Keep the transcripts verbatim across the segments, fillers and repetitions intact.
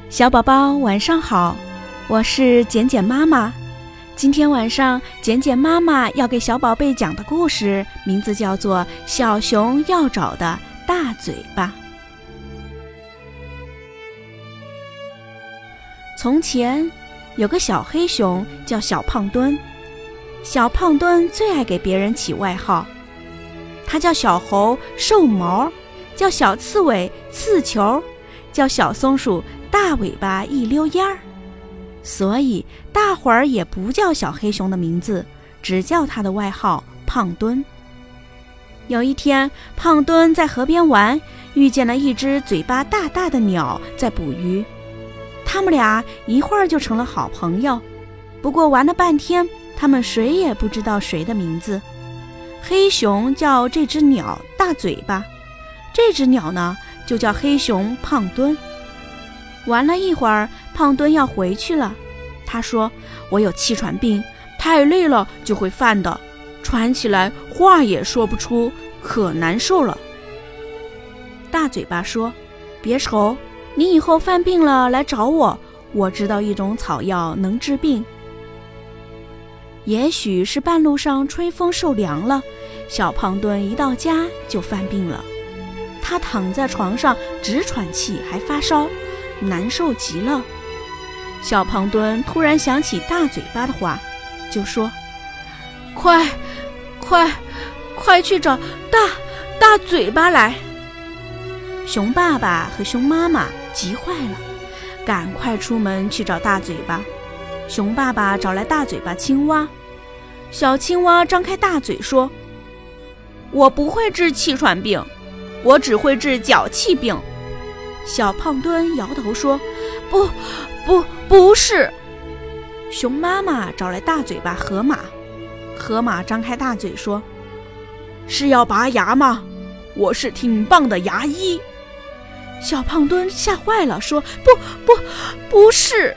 小宝宝晚上好，我是简简妈妈。今天晚上简简妈妈要给小宝贝讲的故事名字叫做《小熊要找的大嘴巴》。从前有个小黑熊叫小胖墩，小胖墩最爱给别人起外号，他叫小猴瘦毛，叫小刺猬刺球，叫小松鼠大尾巴一溜烟儿，所以大伙儿也不叫小黑熊的名字，只叫他的外号胖墩。有一天，胖墩在河边玩，遇见了一只嘴巴大大的鸟在捕鱼，他们俩一会儿就成了好朋友。不过玩了半天，他们谁也不知道谁的名字。黑熊叫这只鸟大嘴巴，这只鸟呢就叫黑熊胖墩。玩了一会儿，胖墩要回去了。他说：“我有气喘病，太累了就会犯的，喘起来话也说不出，可难受了。”大嘴巴说：“别愁，你以后犯病了来找我，我知道一种草药能治病。”也许是半路上吹风受凉了，小胖墩一到家就犯病了。他躺在床上直喘气，还发烧，难受极了。小胖墩突然想起大嘴巴的话，就说：“快快快去找大大嘴巴来！”熊爸爸和熊妈妈急坏了，赶快出门去找大嘴巴。熊爸爸找来大嘴巴青蛙，小青蛙张开大嘴说：“我不会治气喘病，我只会治脚气病。”小胖墩摇头说：“不不不是。”熊妈妈找来大嘴巴河马，河马张开大嘴说：“是要拔牙吗？我是挺棒的牙医。”小胖墩吓坏了，说：“不不不是。”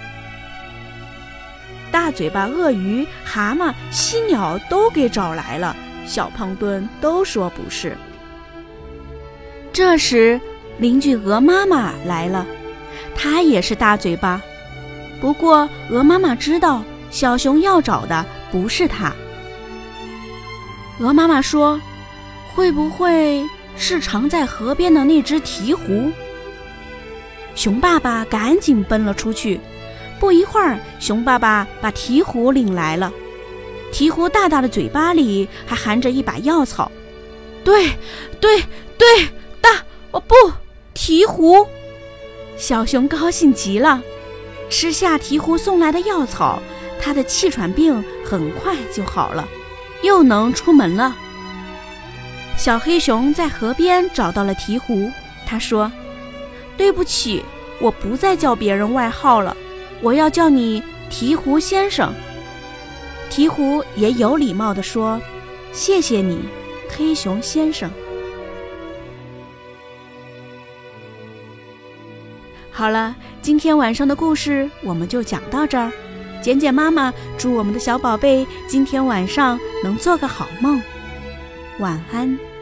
大嘴巴鳄鱼、蛤蟆、犀鸟都给找来了，小胖墩都说不是。这时邻居鹅妈妈来了，她也是大嘴巴，不过鹅妈妈知道小熊要找的不是她。鹅妈妈说：“会不会是藏在河边的那只鹈鹕？”熊爸爸赶紧奔了出去，不一会儿，熊爸爸把鹈鹕领来了。鹈鹕大大的嘴巴里还含着一把药草。对对对，大哦不，鹈鹕！小熊高兴极了，吃下鹈鹕送来的药草，他的气喘病很快就好了，又能出门了。小黑熊在河边找到了鹈鹕，他说：“对不起，我不再叫别人外号了，我要叫你鹈鹕先生。”鹈鹕也有礼貌地说：“谢谢你，黑熊先生。”好了，今天晚上的故事我们就讲到这儿。简简妈妈祝我们的小宝贝今天晚上能做个好梦，晚安。